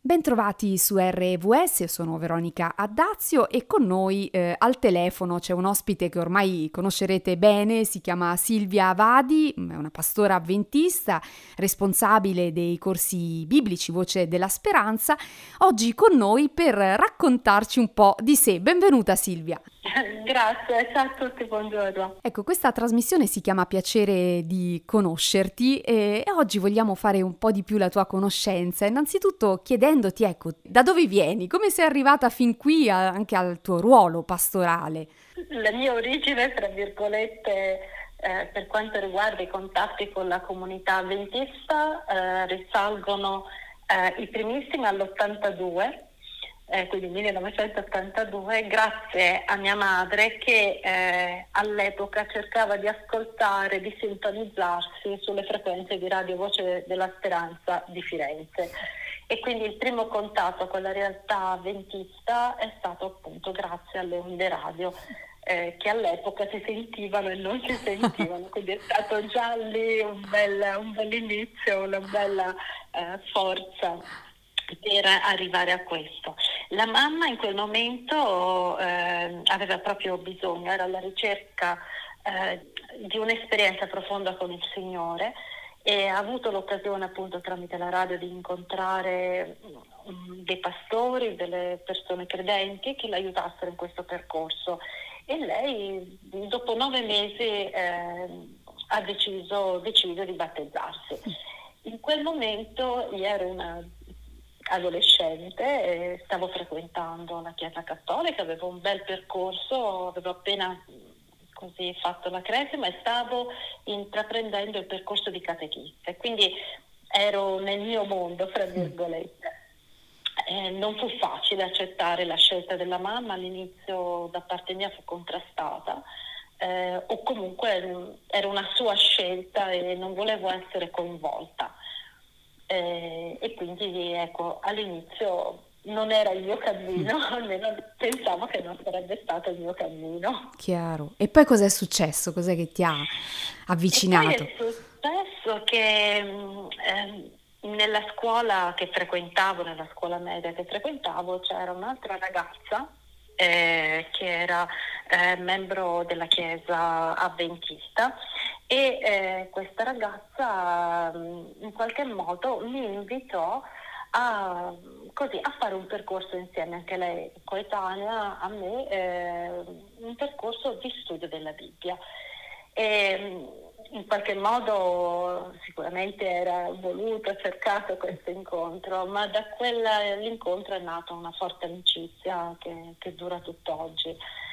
Bentrovati su RVS, sono Veronica Addazio e con noi al telefono c'è un ospite che ormai conoscerete bene, si chiama Silvia Avadi, è una pastora avventista, responsabile dei corsi biblici Voce della Speranza, oggi con noi per raccontarci un po' di sé. Benvenuta Silvia. Grazie, ciao a tutti, buongiorno. Ecco, questa trasmissione si chiama Piacere di conoscerti e oggi vogliamo fare un po' di più la tua conoscenza, innanzitutto chiedendoti, ecco, da dove vieni, come sei arrivata fin qui anche al tuo ruolo pastorale? La mia origine, tra virgolette, per quanto riguarda i contatti con la comunità avventista, risalgono i primissimi all'82. Quindi 1982, grazie a mia madre che all'epoca cercava di ascoltare, di sintonizzarsi sulle frequenze di Radio Voce della Speranza di Firenze. E quindi il primo contatto con la realtà avventista è stato appunto grazie alle onde radio che all'epoca si sentivano e non si sentivano, quindi è stato già lì un bel inizio, una bella forza per arrivare a questo. La mamma in quel momento aveva proprio bisogno, era alla ricerca di un'esperienza profonda con il Signore e ha avuto l'occasione appunto tramite la radio di incontrare dei pastori, delle persone credenti che l'aiutassero in questo percorso e lei dopo 9 mesi ha deciso di battezzarsi. In quel momento io ero una adolescente, stavo frequentando la Chiesa Cattolica, avevo un bel percorso, avevo appena così fatto la cresima e stavo intraprendendo il percorso di catechista, quindi ero nel mio mondo, fra virgolette. Non fu facile accettare la scelta della mamma, all'inizio da parte mia fu contrastata, o comunque era una sua scelta e non volevo essere coinvolta. E quindi ecco, all'inizio non era il mio cammino, almeno pensavo che non sarebbe stato il mio cammino. Chiaro. E poi cos'è successo? Cos'è che ti ha avvicinato? E poi è successo che nella scuola che frequentavo, nella scuola media che frequentavo, c'era un'altra ragazza che era membro della Chiesa avventista e questa ragazza in qualche modo mi invitò a fare un percorso insieme, anche lei coetanea a me, un percorso di studio della Bibbia. E in qualche modo sicuramente era voluto, cercato questo incontro, ma da quell'incontro è nata una forte amicizia che dura tutt'oggi.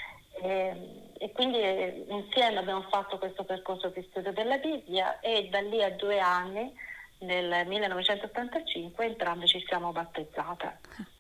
E quindi insieme abbiamo fatto questo percorso di studio della Bibbia e da lì a 2 anni, nel 1985, entrambe ci siamo battezzate.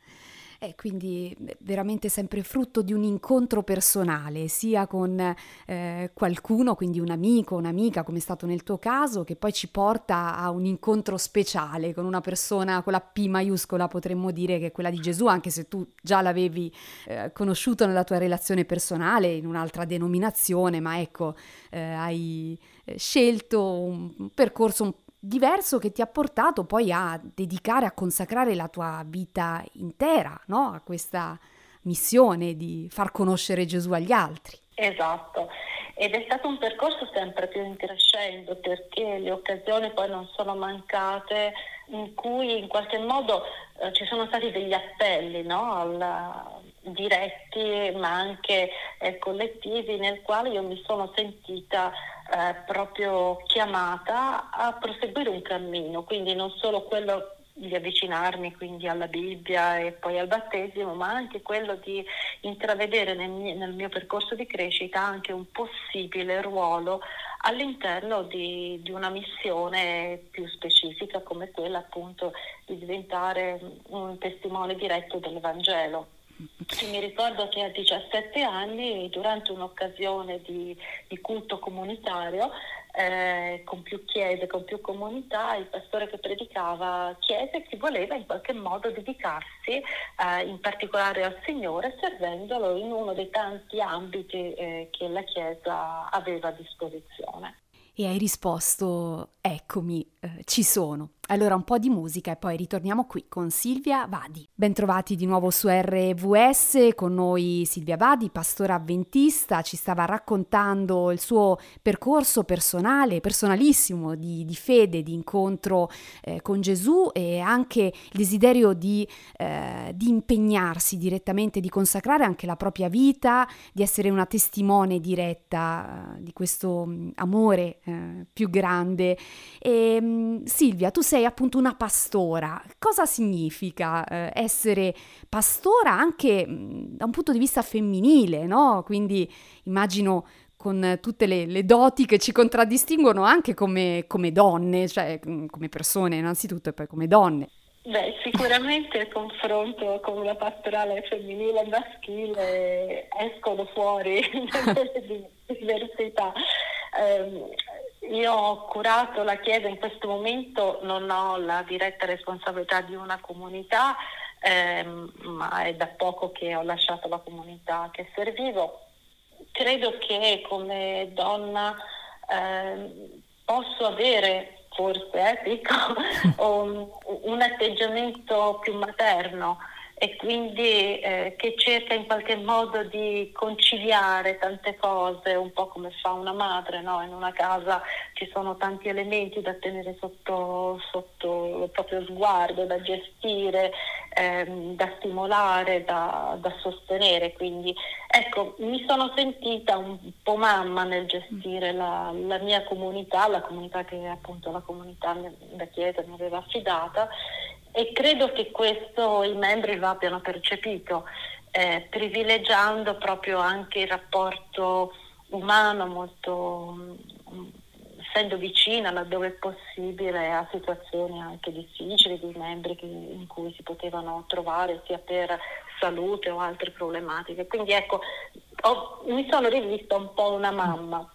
Quindi veramente sempre frutto di un incontro personale, sia con qualcuno, quindi un amico, un'amica, come è stato nel tuo caso, che poi ci porta a un incontro speciale con una persona con la P maiuscola, potremmo dire che è quella di Gesù, anche se tu già l'avevi conosciuto nella tua relazione personale in un'altra denominazione, ma ecco, hai scelto un percorso diverso che ti ha portato poi a dedicare, a consacrare la tua vita intera, no? A questa missione di far conoscere Gesù agli altri. Esatto, ed è stato un percorso sempre più in crescendo perché le occasioni poi non sono mancate in cui in qualche modo ci sono stati degli appelli, no? Diretti ma anche collettivi nel quale io mi sono sentita proprio chiamata a proseguire un cammino, quindi non solo quello di avvicinarmi quindi alla Bibbia e poi al battesimo, ma anche quello di intravedere nel mio percorso di crescita anche un possibile ruolo all'interno di una missione più specifica come quella appunto di diventare un testimone diretto del Vangelo. E mi ricordo che a 17 anni, durante un'occasione di culto comunitario, con più chiese, con più comunità, il pastore che predicava chiese che voleva in qualche modo dedicarsi in particolare al Signore, servendolo in uno dei tanti ambiti che la Chiesa aveva a disposizione. E hai risposto, eccomi, ci sono. Allora un po' di musica e poi ritorniamo qui con Silvia Vadi. Bentrovati di nuovo su RVS, con noi Silvia Vadi, pastora avventista, ci stava raccontando il suo percorso personale, personalissimo di fede, di incontro con Gesù e anche il desiderio di impegnarsi direttamente, di consacrare anche la propria vita, di essere una testimone diretta di questo amore più grande. E, Silvia, tu sei appunto una pastora. Cosa significa essere pastora anche da un punto di vista femminile, no? Quindi immagino con tutte le doti che ci contraddistinguono anche come donne, cioè come persone innanzitutto e poi come donne. Beh, sicuramente il confronto con la pastorale femminile e maschile escono fuori delle diversità. Io ho curato la Chiesa in questo momento, non ho la diretta responsabilità di una comunità, ma è da poco che ho lasciato la comunità che servivo. Credo che come donna posso avere, forse, dico, un atteggiamento più materno e quindi che cerca in qualche modo di conciliare tante cose, un po' come fa una madre, no? In una casa ci sono tanti elementi da tenere sotto il proprio sguardo, da gestire, da stimolare, da sostenere. Quindi ecco, mi sono sentita un po' mamma nel gestire la mia comunità, la comunità che è appunto la comunità da Chiesa mi aveva affidata. E credo che questo i membri lo abbiano percepito, privilegiando proprio anche il rapporto umano, molto essendo vicina laddove è possibile a situazioni anche difficili di membri in cui si potevano trovare sia per salute o altre problematiche. Quindi ecco, mi sono rivista un po' una mamma.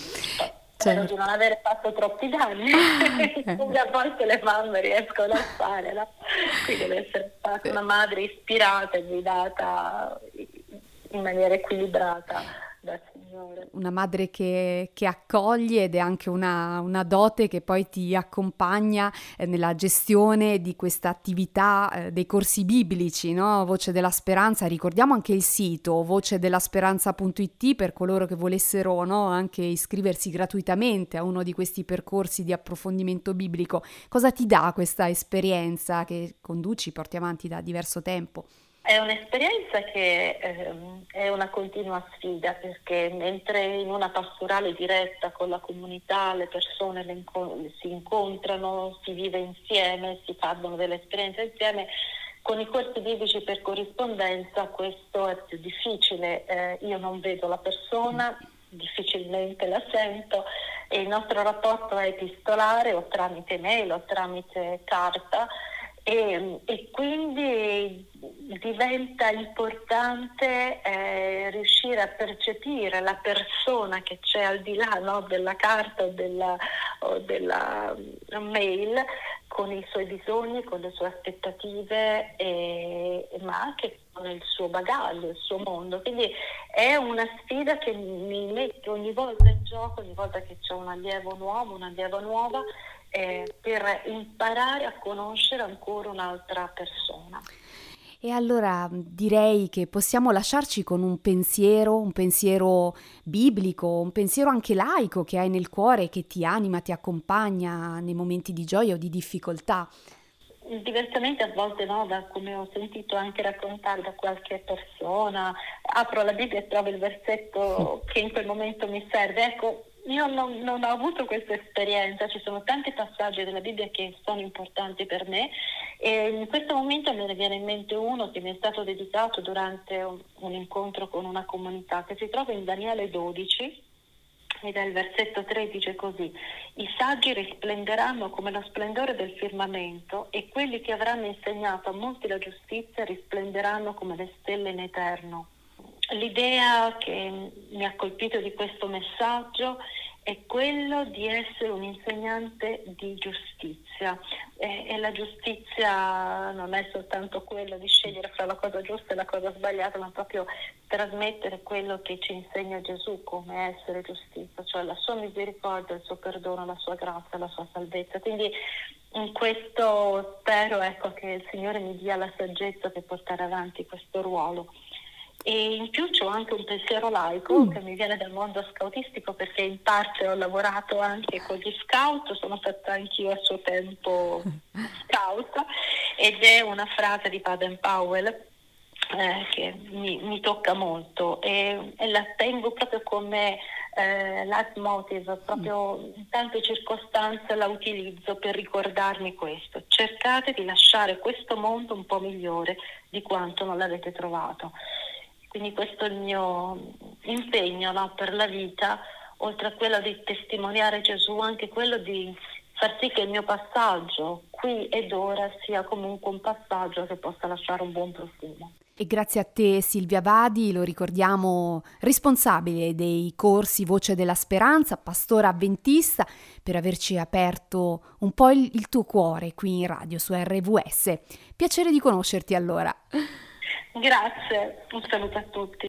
Spero di non aver fatto troppi danni, come a volte le mamme riescono a fare, no? Quindi deve essere stata una madre ispirata e guidata in maniera equilibrata dal Signore. Una madre che accoglie ed è anche una dote che poi ti accompagna nella gestione di questa attività dei corsi biblici, no? Voce della Speranza, ricordiamo anche il sito vocedellasperanza.it per coloro che volessero, no, anche iscriversi gratuitamente a uno di questi percorsi di approfondimento biblico. Cosa ti dà questa esperienza che conduci, porti avanti da diverso tempo? È un'esperienza che è una continua sfida, perché mentre in una pastorale diretta con la comunità le persone si incontrano, si vive insieme, si fanno delle esperienze insieme, con i corsi biblici per corrispondenza questo è più difficile. Io non vedo la persona, difficilmente la sento e il nostro rapporto è epistolare o tramite mail o tramite carta. E quindi diventa importante riuscire a percepire la persona che c'è al di là, no, della carta o della mail, con i suoi bisogni, con le sue aspettative, ma anche con il suo bagaglio, il suo mondo. Quindi è una sfida che mi metto ogni volta in gioco, ogni volta che c'è un allievo nuovo, un'allieva nuova, per imparare a conoscere ancora un'altra persona. E allora direi che possiamo lasciarci con un pensiero biblico, un pensiero anche laico che hai nel cuore, che ti anima, ti accompagna nei momenti di gioia o di difficoltà. Diversamente a volte, no, da come ho sentito anche raccontare da qualche persona, apro la Bibbia e trovo il versetto che in quel momento mi serve. Ecco, io non ho avuto questa esperienza, ci sono tanti passaggi della Bibbia che sono importanti per me e in questo momento me ne viene in mente uno che mi è stato dedicato durante un incontro con una comunità che si trova in Daniele 12 ed è il versetto 3, dice così: i saggi risplenderanno come lo splendore del firmamento e quelli che avranno insegnato a molti la giustizia risplenderanno come le stelle in eterno. L'idea che mi ha colpito di questo messaggio è quello di essere un insegnante di giustizia. E la giustizia non è soltanto quello di scegliere fra la cosa giusta e la cosa sbagliata, ma proprio trasmettere quello che ci insegna Gesù come essere giustizia, cioè la sua misericordia, il suo perdono, la sua grazia, la sua salvezza. Quindi in questo spero, ecco, che il Signore mi dia la saggezza per portare avanti questo ruolo. E in più c'ho anche un pensiero laico che mi viene dal mondo scoutistico, perché in parte ho lavorato anche con gli scout, sono stata anch'io a suo tempo scout, ed è una frase di Baden-Powell che mi tocca molto e la tengo proprio come leitmotiv, proprio in tante circostanze la utilizzo per ricordarmi questo: cercate di lasciare questo mondo un po' migliore di quanto non l'avete trovato. Quindi questo è il mio impegno, no, per la vita, oltre a quello di testimoniare Gesù, anche quello di far sì che il mio passaggio qui ed ora sia comunque un passaggio che possa lasciare un buon profumo. E grazie a te Silvia Vadi, lo ricordiamo, responsabile dei corsi Voce della Speranza, pastora avventista, per averci aperto un po' il tuo cuore qui in radio su RVS. Piacere di conoscerti allora. Grazie, un saluto a tutti.